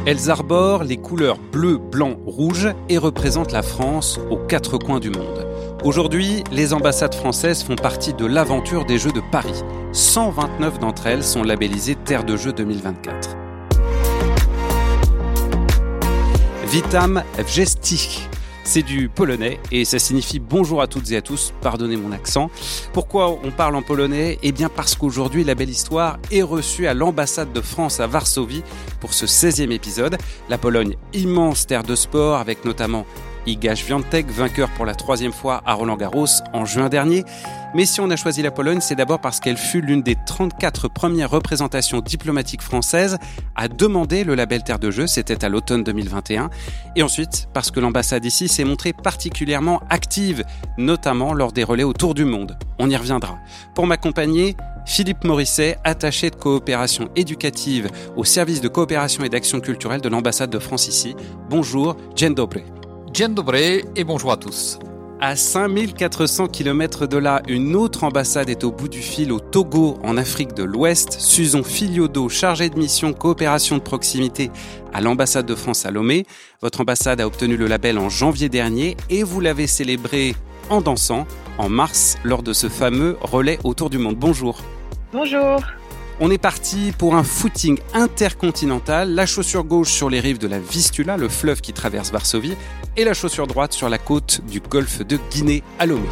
Elles arborent les couleurs bleu, blanc, rouge et représentent la France aux quatre coins du monde. Aujourd'hui, les ambassades françaises font partie de l'aventure des Jeux de Paris. 129 d'entre elles sont labellisées Terre de Jeux 2024. Witam wjeści. C'est du polonais et ça signifie bonjour à toutes et à tous, pardonnez mon accent. Pourquoi on parle en polonais ? Eh bien parce qu'aujourd'hui la belle histoire est reçue à l'ambassade de France à Varsovie pour ce 16e épisode. La Pologne, immense terre de sport avec notamment Iga Świątek, vainqueur pour la 3e fois à Roland-Garros en juin dernier. Mais si on a choisi la Pologne, c'est d'abord parce qu'elle fut l'une des 34 premières représentations diplomatiques françaises à demander le label Terre de Jeux, c'était à l'automne 2021. Et ensuite, parce que l'ambassade ici s'est montrée particulièrement active, notamment lors des relais autour du monde. On y reviendra. Pour m'accompagner, Philippe Morisset, attaché de coopération éducative au service de coopération et d'action culturelle de l'ambassade de France ici. Bonjour, dzień dobry. Dzień dobry et bonjour à tous. À 5400 km de là, une autre ambassade est au bout du fil au Togo, en Afrique de l'Ouest. Susan Filiodo, chargée de mission coopération de proximité à l'ambassade de France à Lomé. Votre ambassade a obtenu le label en janvier dernier et vous l'avez célébré en dansant en mars lors de ce fameux relais autour du monde. Bonjour. Bonjour. On est parti pour un footing intercontinental, la chaussure gauche sur les rives de la Vistula, le fleuve qui traverse Varsovie, et la chaussure droite sur la côte du golfe de Guinée à Lomé.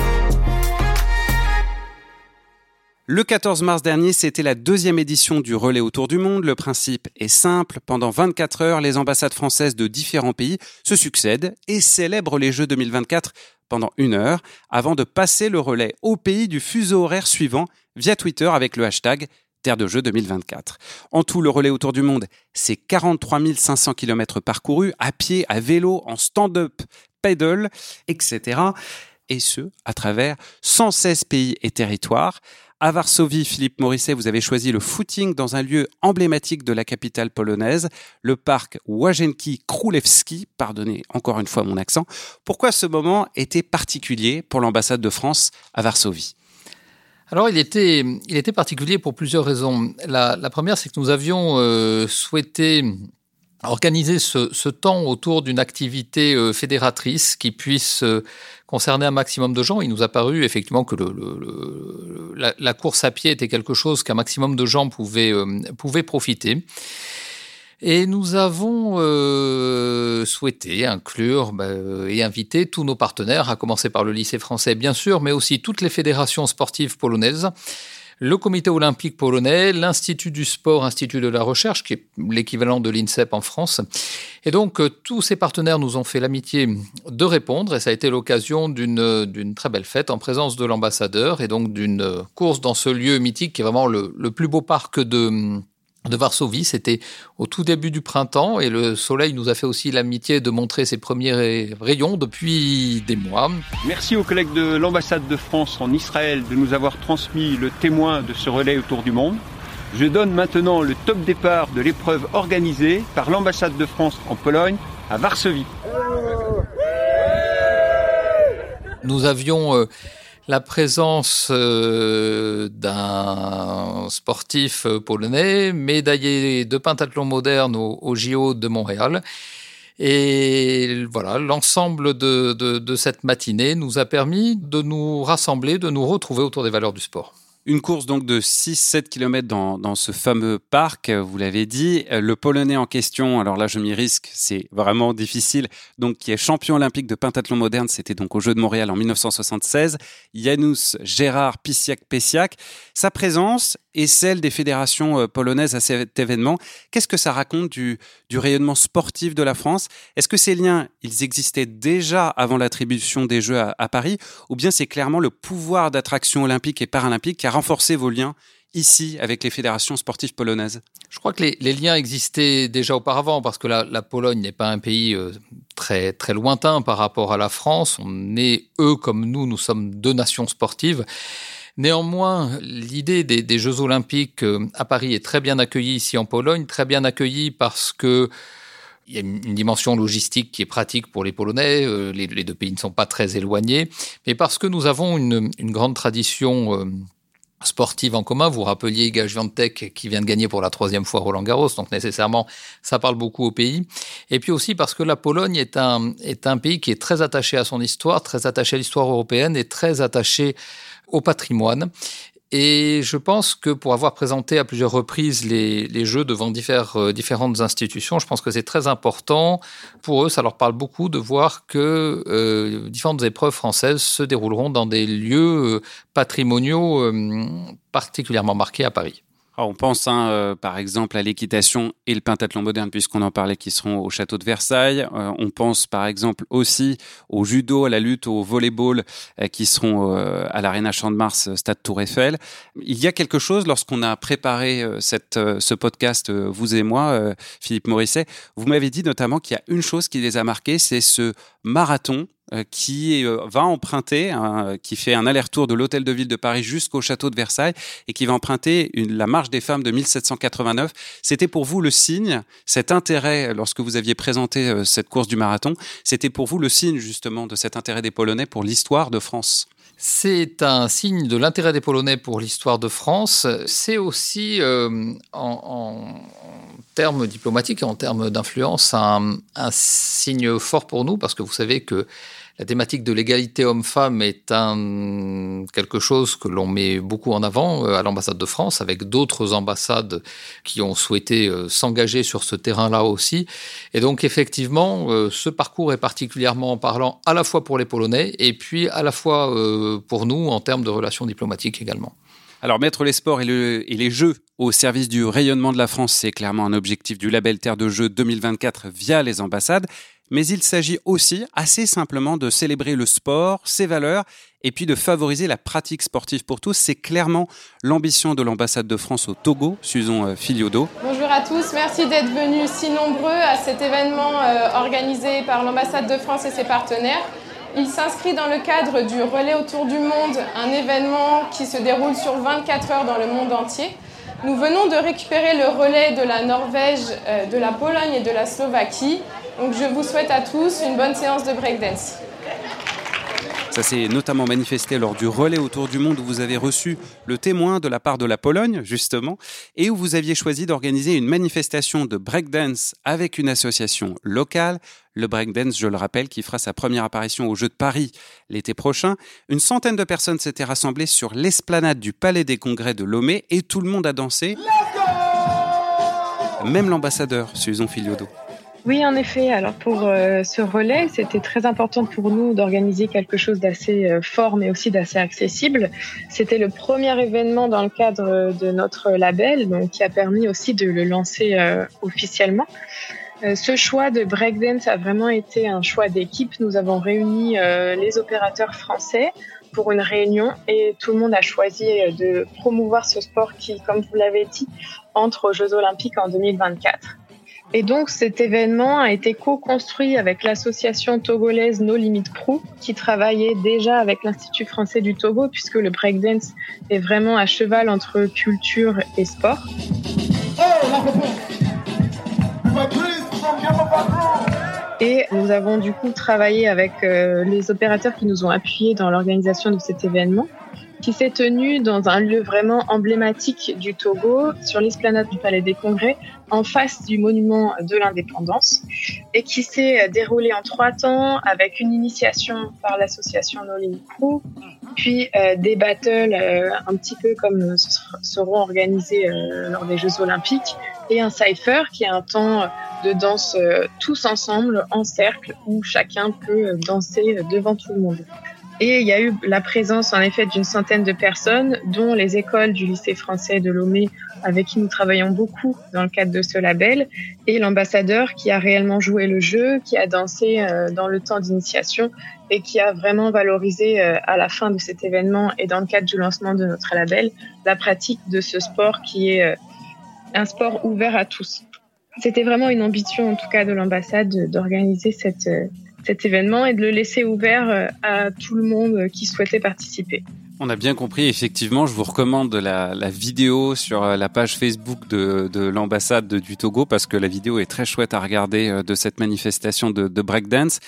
Le 14 mars dernier, c'était la 2e édition du relais autour du monde. Le principe est simple. Pendant 24 heures, les ambassades françaises de différents pays se succèdent et célèbrent les Jeux 2024 pendant 1 heure avant de passer le relais au pays du fuseau horaire suivant via Twitter avec le hashtag Terre de Jeux 2024. En tout, le relais autour du monde, c'est 43 500 km parcourus, à pied, à vélo, en stand-up, paddle, etc. Et ce, à travers 116 pays et territoires. À Varsovie, Philippe Morisset, vous avez choisi le footing dans un lieu emblématique de la capitale polonaise, le parc Łazienki Królewskie, pardonnez encore une fois mon accent. Pourquoi ce moment était particulier pour l'ambassade de France à Varsovie ? Alors, il était particulier pour plusieurs raisons. La première, c'est que nous avions souhaité organiser ce temps autour d'une activité fédératrice qui puisse concerner un maximum de gens. Il nous a paru effectivement que la course à pied était quelque chose qu'un maximum de gens pouvaient profiter. Et nous avons souhaité inclure et inviter tous nos partenaires, à commencer par le lycée français bien sûr, mais aussi toutes les fédérations sportives polonaises, le comité olympique polonais, l'Institut du sport, Institut de la recherche, qui est l'équivalent de l'INSEP en France. Et donc, tous ces partenaires nous ont fait l'amitié de répondre et ça a été l'occasion d'une très belle fête en présence de l'ambassadeur et donc d'une course dans ce lieu mythique qui est vraiment le plus beau parc de Varsovie. C'était au tout début du printemps et le soleil nous a fait aussi l'amitié de montrer ses premiers rayons depuis des mois. Merci aux collègues de l'ambassade de France en Israël de nous avoir transmis le témoin de ce relais autour du monde. Je donne maintenant le top départ de l'épreuve organisée par l'ambassade de France en Pologne à Varsovie. Nous avions la présence d'un sportif polonais, médaillé de pentathlon moderne au JO de Montréal. Et voilà, l'ensemble de cette matinée nous a permis de nous rassembler, de nous retrouver autour des valeurs du sport. Une course donc de 6-7 km dans ce fameux parc, vous l'avez dit. Le Polonais en question, alors là je m'y risque, c'est vraiment difficile, donc qui est champion olympique de pentathlon moderne, c'était donc aux Jeux de Montréal en 1976, Janusz Gérard Pisiak-Pesiak. Sa présence et celle des fédérations polonaises à cet événement, qu'est-ce que ça raconte du rayonnement sportif de la France ? Est-ce que ces liens, ils existaient déjà avant l'attribution des Jeux à Paris, ou bien c'est clairement le pouvoir d'attraction olympique et paralympique qui a renforcé vos liens ici avec les fédérations sportives polonaises ? Je crois que les liens existaient déjà auparavant parce que la Pologne n'est pas un pays très, très lointain par rapport à la France. On est, eux comme nous sommes deux nations sportives. Néanmoins, l'idée des Jeux Olympiques à Paris est très bien accueillie ici en Pologne, très bien accueillie parce que il y a une dimension logistique qui est pratique pour les Polonais, les deux pays ne sont pas très éloignés, mais parce que nous avons une grande tradition sportives en commun. Vous rappeliez Iga Świątek qui vient de gagner pour la 3e fois Roland-Garros, donc nécessairement ça parle beaucoup au pays. Et puis aussi parce que la Pologne est un pays qui est très attaché à son histoire, très attaché à l'histoire européenne et très attaché au patrimoine. Et je pense que pour avoir présenté à plusieurs reprises les Jeux devant différentes institutions, je pense que c'est très important. Pour eux, ça leur parle beaucoup de voir que différentes épreuves françaises se dérouleront dans des lieux patrimoniaux particulièrement marqués à Paris. Alors on pense par exemple à l'équitation et le pentathlon moderne puisqu'on en parlait qui seront au château de Versailles. On pense par exemple aussi au judo, à la lutte, au volleyball qui seront à l'Arena Champ-de-Mars, stade Tour Eiffel. Il y a quelque chose lorsqu'on a préparé ce podcast, vous et moi, Philippe Morisset, vous m'avez dit notamment qu'il y a une chose qui les a marqués, c'est ce marathon qui va emprunter, qui fait un aller-retour de l'hôtel de ville de Paris jusqu'au château de Versailles et qui va emprunter la marche des femmes de 1789. C'était pour vous le signe, cet intérêt, lorsque vous aviez présenté cette course du marathon, c'était pour vous le signe justement de cet intérêt des Polonais pour l'histoire de France? C'est un signe de l'intérêt des Polonais pour l'histoire de France. C'est aussi, en termes diplomatiques et en termes d'influence, un signe fort pour nous, parce que vous savez que la thématique de l'égalité homme-femme est quelque chose que l'on met beaucoup en avant à l'ambassade de France, avec d'autres ambassades qui ont souhaité s'engager sur ce terrain-là aussi. Et donc, effectivement, ce parcours est particulièrement parlant à la fois pour les Polonais et puis à la fois pour nous en termes de relations diplomatiques également. Alors, mettre les sports et les Jeux au service du rayonnement de la France, c'est clairement un objectif du label Terre de Jeux 2024 via les ambassades. Mais il s'agit aussi, assez simplement, de célébrer le sport, ses valeurs, et puis de favoriser la pratique sportive pour tous. C'est clairement l'ambition de l'ambassade de France au Togo, Susan Filiodo. Bonjour à tous, merci d'être venus si nombreux à cet événement organisé par l'ambassade de France et ses partenaires. Il s'inscrit dans le cadre du Relais autour du monde, un événement qui se déroule sur 24 heures dans le monde entier. Nous venons de récupérer le relais de la Norvège, de la Pologne et de la Slovaquie. Donc je vous souhaite à tous une bonne séance de breakdance. Ça s'est notamment manifesté lors du relais autour du monde où vous avez reçu le témoin de la part de la Pologne, justement, et où vous aviez choisi d'organiser une manifestation de breakdance avec une association locale. Le breakdance, je le rappelle, qui fera sa première apparition aux Jeux de Paris l'été prochain. Une centaine de personnes s'étaient rassemblées sur l'esplanade du Palais des Congrès de Lomé et tout le monde a dansé. Même l'ambassadeur, Susan Filiodo. Oui, en effet. Alors pour ce relais, c'était très important pour nous d'organiser quelque chose d'assez fort, mais aussi d'assez accessible. C'était le premier événement dans le cadre de notre label, donc qui a permis aussi de le lancer officiellement. Ce choix de breakdance a vraiment été un choix d'équipe. Nous avons réuni les opérateurs français pour une réunion et tout le monde a choisi de promouvoir ce sport qui, comme vous l'avez dit, entre aux Jeux Olympiques en 2024. Et donc, cet événement a été co-construit avec l'association togolaise No Limit Crew, qui travaillait déjà avec l'Institut français du Togo, puisque le breakdance est vraiment à cheval entre culture et sport. Et nous avons du coup travaillé avec les opérateurs qui nous ont appuyés dans l'organisation de cet événement, qui s'est tenu dans un lieu vraiment emblématique du Togo, sur l'esplanade du Palais des Congrès, en face du monument de l'indépendance, et qui s'est déroulé en 3 temps avec une initiation par l'association No Limit Crew, puis des battles un petit peu comme seront organisés lors des Jeux Olympiques, et un cypher qui est un temps de danse tous ensemble en cercle où chacun peut danser devant tout le monde. Et il y a eu la présence en effet d'une centaine de personnes, dont les écoles du lycée français de Lomé, avec qui nous travaillons beaucoup dans le cadre de ce label, et l'ambassadeur qui a réellement joué le jeu, qui a dansé dans le temps d'initiation et qui a vraiment valorisé à la fin de cet événement et dans le cadre du lancement de notre label, la pratique de ce sport qui est un sport ouvert à tous. C'était vraiment une ambition en tout cas de l'ambassade d'organiser cet événement et de le laisser ouvert à tout le monde qui souhaitait participer. On a bien compris, effectivement, je vous recommande la vidéo sur la page Facebook de l'ambassade du Togo parce que la vidéo est très chouette à regarder de cette manifestation de breakdance.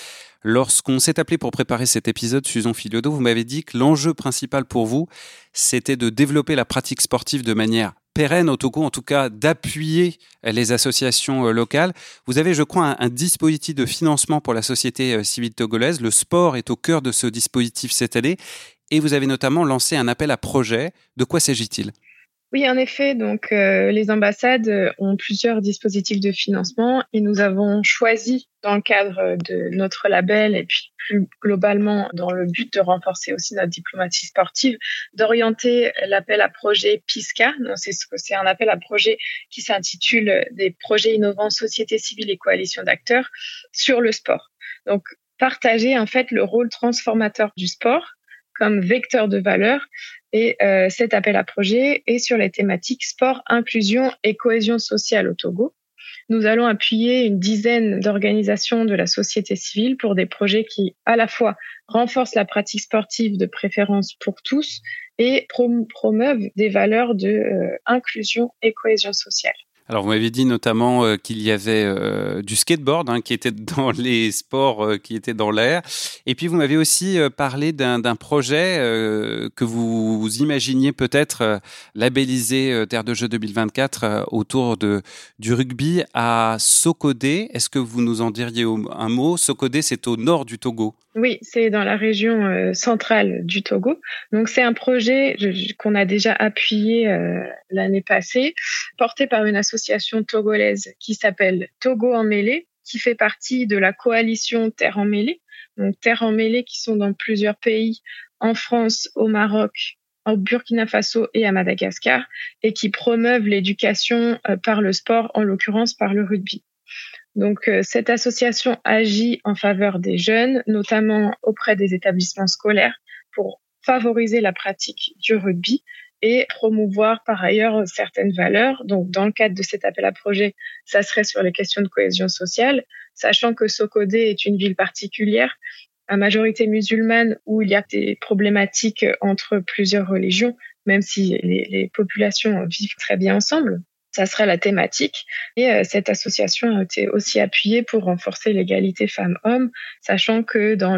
Lorsqu'on s'est appelé pour préparer cet épisode, Susan Filiodo, vous m'avez dit que l'enjeu principal pour vous, c'était de développer la pratique sportive de manière pérenne au Togo, en tout cas d'appuyer les associations locales. Vous avez, je crois, un dispositif de financement pour la société civile togolaise. Le sport est au cœur de ce dispositif cette année. Et vous avez notamment lancé un appel à projet. De quoi s'agit-il ? Oui, en effet. Donc, les ambassades ont plusieurs dispositifs de financement et nous avons choisi, dans le cadre de notre label et puis plus globalement dans le but de renforcer aussi notre diplomatie sportive, d'orienter l'appel à projet PISCA. Donc, c'est un appel à projet qui s'intitule des projets innovants, société civile et coalition d'acteurs sur le sport. Donc, partager en fait le rôle transformateur du sport comme vecteur de valeur. Et cet appel à projet est sur les thématiques sport, inclusion et cohésion sociale au Togo. Nous allons appuyer une dizaine d'organisations de la société civile pour des projets qui, à la fois, renforcent la pratique sportive de préférence pour tous et promeuvent des valeurs de inclusion et cohésion sociale. Alors, vous m'avez dit notamment qu'il y avait du skateboard qui était dans les sports qui étaient dans l'air. Et puis, vous m'avez aussi parlé d'un projet que vous imaginiez peut-être labelliser Terre de Jeux 2024 autour du rugby à Sokodé. Est-ce que vous nous en diriez un mot ? Sokodé, c'est au nord du Togo. Oui, c'est dans la région centrale du Togo. Donc, c'est un projet qu'on a déjà appuyé l'année passée, porté par une association togolaise qui s'appelle Togo en mêlée, qui fait partie de la coalition Terre en mêlée. Donc, Terre en mêlée qui sont dans plusieurs pays, en France, au Maroc, au Burkina Faso et à Madagascar, et qui promeuvent l'éducation par le sport, en l'occurrence par le rugby. Donc, cette association agit en faveur des jeunes, notamment auprès des établissements scolaires, pour favoriser la pratique du rugby et promouvoir par ailleurs certaines valeurs. Donc, dans le cadre de cet appel à projet, ça serait sur les questions de cohésion sociale, sachant que Sokodé est une ville particulière, à majorité musulmane, où il y a des problématiques entre plusieurs religions, même si les populations vivent très bien ensemble. Ça serait la thématique. Et cette association a été aussi appuyée pour renforcer l'égalité femmes-hommes, sachant que dans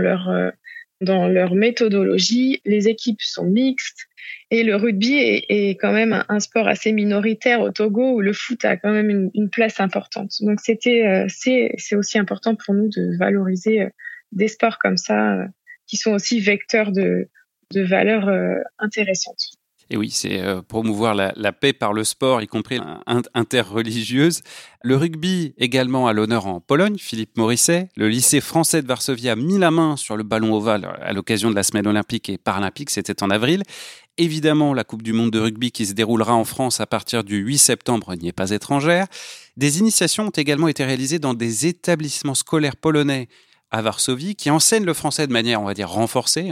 leur méthodologie, les équipes sont mixtes et le rugby est quand même un sport assez minoritaire au Togo où le foot a quand même une place importante. Donc c'est aussi important pour nous de valoriser des sports comme ça qui sont aussi vecteurs de valeurs intéressantes. Et oui, c'est promouvoir la paix par le sport, y compris interreligieuse. Le rugby également à l'honneur en Pologne, Philippe Morisset. Le lycée français de Varsovie a mis la main sur le ballon ovale à l'occasion de la semaine olympique et paralympique, c'était en avril. Évidemment, la Coupe du monde de rugby qui se déroulera en France à partir du 8 septembre n'y est pas étrangère. Des initiations ont également été réalisées dans des établissements scolaires polonais à Varsovie, qui enseigne le français de manière, on va dire, renforcée.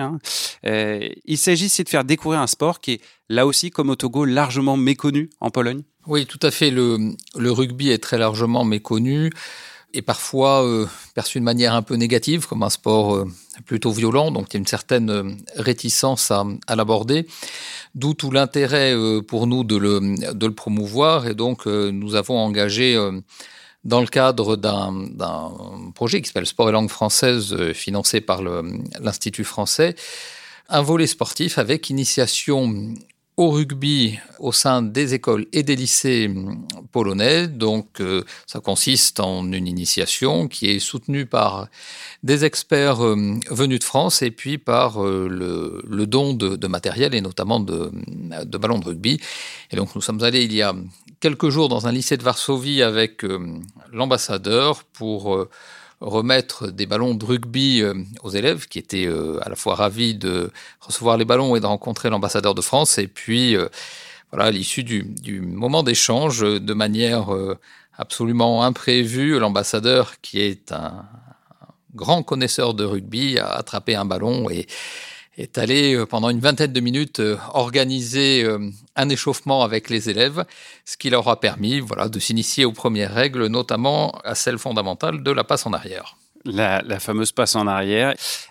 Il s'agit ici de faire découvrir un sport qui est, là aussi, comme au Togo, largement méconnu en Pologne. Oui, tout à fait. Le rugby est très largement méconnu et parfois perçu de manière un peu négative, comme un sport plutôt violent, donc il y a une certaine réticence à l'aborder. D'où tout l'intérêt pour nous de le promouvoir. Et donc, nous avons engagé dans le cadre d'un projet qui s'appelle Sport et langue française, financé par l'Institut français, un volet sportif avec initiation au rugby au sein des écoles et des lycées polonais. Donc, ça consiste en une initiation qui est soutenue par des experts venus de France et puis par le don de matériel et notamment de ballons de rugby. Et donc, nous sommes allés il y a quelques jours dans un lycée de Varsovie avec l'ambassadeur pour remettre des ballons de rugby aux élèves qui étaient à la fois ravis de recevoir les ballons et de rencontrer l'ambassadeur de France. Et puis, voilà, à l'issue du moment d'échange, de manière absolument imprévue, l'ambassadeur, qui est un grand connaisseur de rugby, a attrapé un ballon et est allé pendant une vingtaine de minutes organiser un échauffement avec les élèves, ce qui leur a permis de s'initier aux premières règles, notamment à celle fondamentale de la passe en arrière. La fameuse passe en arrière.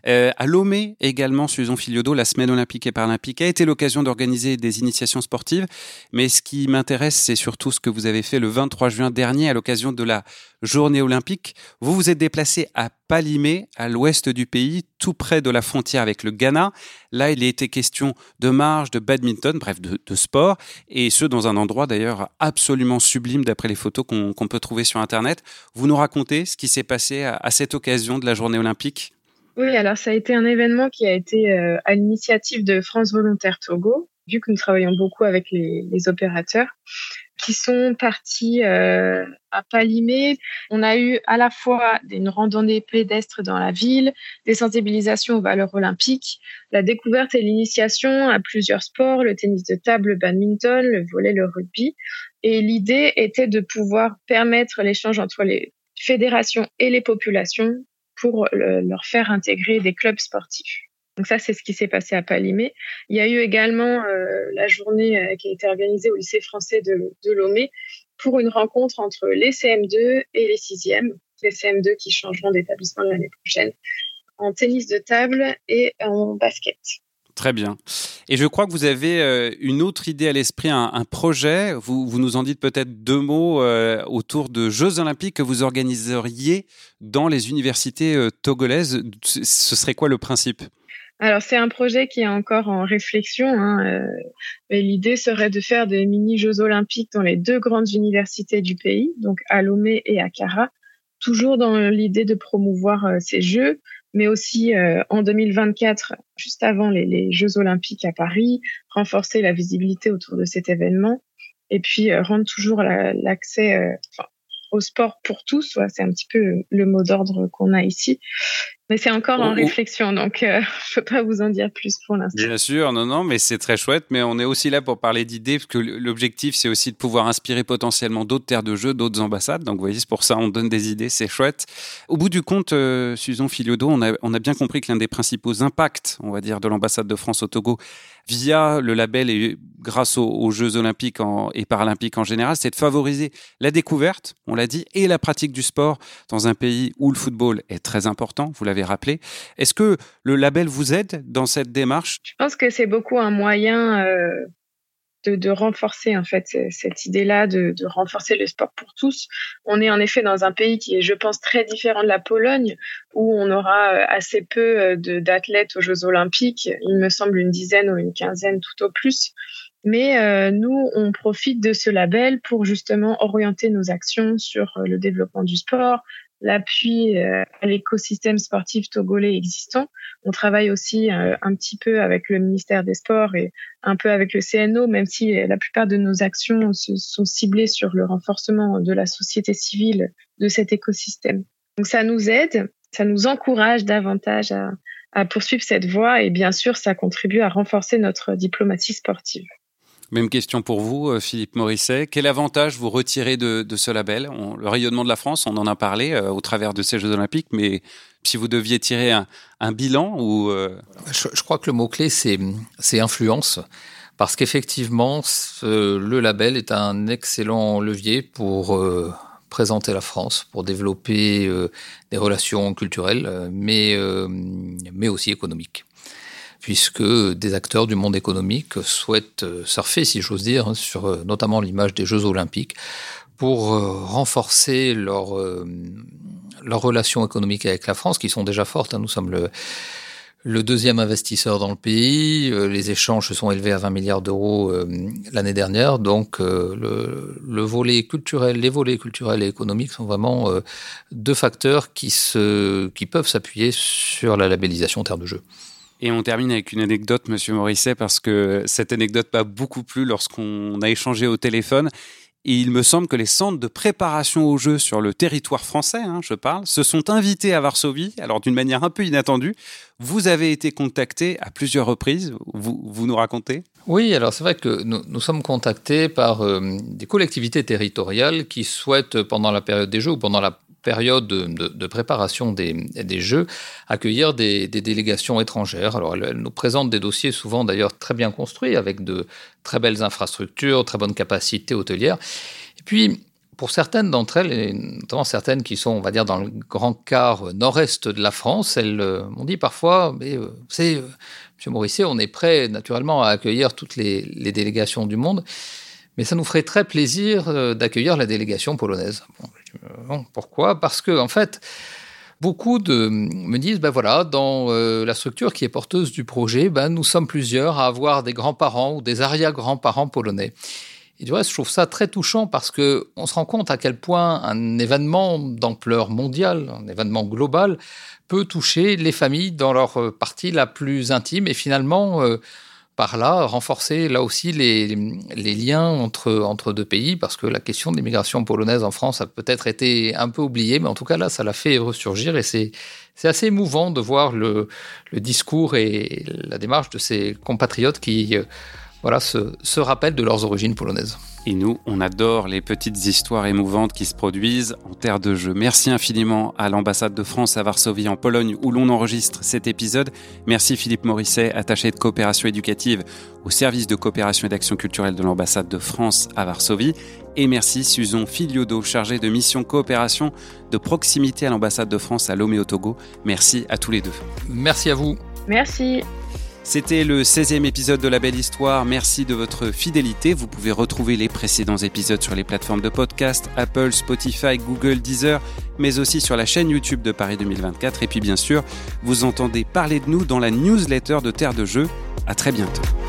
À Lomé également, Susan Filiodo, la semaine olympique et paralympique a été l'occasion d'organiser des initiations sportives. Mais ce qui m'intéresse, c'est surtout ce que vous avez fait le 23 juin dernier à l'occasion de la journée olympique. Vous vous êtes déplacé à Palimé, à l'ouest du pays, tout près de la frontière avec le Ghana. Là, il était question de marche, de badminton, bref, de sport. Et ce, dans un endroit d'ailleurs absolument sublime d'après les photos qu'on peut trouver sur Internet. Vous nous racontez ce qui s'est passé à cette occasion de la journée olympique ? Oui, alors ça a été un événement qui a été à l'initiative de France Volontaire Togo, vu que nous travaillons beaucoup avec les opérateurs, qui sont partis à Palimé. On a eu à la fois une randonnée pédestre dans la ville, des sensibilisations aux valeurs olympiques, la découverte et l'initiation à plusieurs sports, le tennis de table, le badminton, le volley, le rugby. Et l'idée était de pouvoir permettre l'échange entre les fédérations et les populations pour leur faire intégrer des clubs sportifs. Donc ça, c'est ce qui s'est passé à Palimé. Il y a eu également la journée qui a été organisée au lycée français de Lomé pour une rencontre entre les CM2 et les 6e. Les CM2 qui changeront d'établissement l'année prochaine en tennis de table et en basket. Très bien. Et je crois que vous avez une autre idée à l'esprit, un projet. Vous nous en dites peut-être 2 mots autour de Jeux Olympiques que vous organiseriez dans les universités togolaises. Ce serait quoi le principe ? Alors, c'est un projet qui est encore en réflexion. Mais l'idée serait de faire des mini-Jeux Olympiques dans les 2 grandes universités du pays, donc à Lomé et à Kara, toujours dans l'idée de promouvoir ces Jeux, mais aussi en 2024, juste avant les Jeux Olympiques à Paris, renforcer la visibilité autour de cet événement et puis rendre toujours l'accès au sport pour tous. Ouais, c'est un petit peu le mot d'ordre qu'on a ici. Mais c'est encore en réflexion, donc je ne peux pas vous en dire plus pour l'instant. Bien sûr, non, mais c'est très chouette. Mais on est aussi là pour parler d'idées, parce que l'objectif, c'est aussi de pouvoir inspirer potentiellement d'autres terres de jeu, d'autres ambassades. Donc, vous voyez, c'est pour ça on donne des idées, c'est chouette. Au bout du compte, Susan Filiodo, on a bien compris que l'un des principaux impacts, on va dire, de l'ambassade de France au Togo, via le label et grâce aux Jeux olympiques et paralympiques en général, c'est de favoriser la découverte, on l'a dit, et la pratique du sport dans un pays où le football est très important, vous l'avez rappelé. Est-ce que le label vous aide dans cette démarche ? Je pense que c'est beaucoup un moyen de renforcer en fait cette idée-là de renforcer le sport pour tous. On est en effet dans un pays qui est, je pense, très différent de la Pologne, où on aura assez peu d'athlètes aux Jeux Olympiques, il me semble une dizaine ou une quinzaine tout au plus. Mais nous, on profite de ce label pour justement orienter nos actions sur le développement du sport, l'appui à l'écosystème sportif togolais existant. On travaille aussi un petit peu avec le ministère des Sports et un peu avec le CNO, même si la plupart de nos actions sont ciblées sur le renforcement de la société civile de cet écosystème. Donc ça nous aide, ça nous encourage davantage à poursuivre cette voie et bien sûr, ça contribue à renforcer notre diplomatie sportive. Même question pour vous, Philippe Morisset. Quel avantage vous retirez de ce label ? Le rayonnement de la France, on en a parlé au travers de ces Jeux Olympiques, mais si vous deviez tirer un bilan ou Je crois que le mot-clé, c'est influence. Parce qu'effectivement, le label est un excellent levier pour présenter la France, pour développer des relations culturelles, mais aussi économiques. Puisque des acteurs du monde économique souhaitent surfer, si j'ose dire, sur notamment l'image des Jeux Olympiques, pour renforcer leurs relations économiques avec la France, qui sont déjà fortes. Nous sommes le 2e investisseur dans le pays. Les échanges se sont élevés à 20 milliards d'euros l'année dernière. Donc, les volets culturels et économiques sont vraiment 2 facteurs qui peuvent s'appuyer sur la labellisation terre de jeu. Et on termine avec une anecdote, Monsieur Morisset, parce que cette anecdote m'a beaucoup plu lorsqu'on a échangé au téléphone. Et il me semble que les centres de préparation aux Jeux sur le territoire français, je parle, se sont invités à Varsovie, alors d'une manière un peu inattendue. Vous avez été contacté à plusieurs reprises, vous nous racontez ? Oui, alors c'est vrai que nous sommes contactés par des collectivités territoriales qui souhaitent, pendant la période des Jeux ou pendant la période de préparation des Jeux, accueillir des délégations étrangères. Alors, elles nous présentent des dossiers souvent d'ailleurs très bien construits, avec de très belles infrastructures, très bonnes capacités hôtelières. Et puis, pour certaines d'entre elles, et notamment certaines qui sont, on va dire, dans le grand quart nord-est de la France, elles m'ont dit parfois, M. Morisset, on est prêt naturellement à accueillir toutes les délégations du monde, mais ça nous ferait très plaisir d'accueillir la délégation polonaise. Bon, pourquoi ? Parce que, en fait, beaucoup me disent, dans la structure qui est porteuse du projet, nous sommes plusieurs à avoir des grands-parents ou des arrière-grands-parents polonais. Et du reste, je trouve ça très touchant parce qu'on se rend compte à quel point un événement d'ampleur mondiale, un événement global, peut toucher les familles dans leur partie la plus intime et finalement, par là, renforcer là aussi les liens entre deux pays, parce que la question de l'immigration polonaise en France a peut-être été un peu oubliée, mais en tout cas là, ça l'a fait ressurgir et c'est assez émouvant de voir le discours et la démarche de ces compatriotes qui se rappellent de leurs origines polonaises. Et nous, on adore les petites histoires émouvantes qui se produisent en terre de jeu. Merci infiniment à l'ambassade de France à Varsovie en Pologne où l'on enregistre cet épisode. Merci Philippe Morisset, attaché de coopération éducative au service de coopération et d'action culturelle de l'ambassade de France à Varsovie. Et merci Susan Filiodo, chargée de mission coopération de proximité à l'ambassade de France à Lomé au Togo. Merci à tous les deux. Merci à vous. Merci. C'était le 16e épisode de La Belle Histoire. Merci de votre fidélité. Vous pouvez retrouver les précédents épisodes sur les plateformes de podcast, Apple, Spotify, Google, Deezer, mais aussi sur la chaîne YouTube de Paris 2024. Et puis bien sûr, vous entendez parler de nous dans la newsletter de Terre de Jeu. À très bientôt.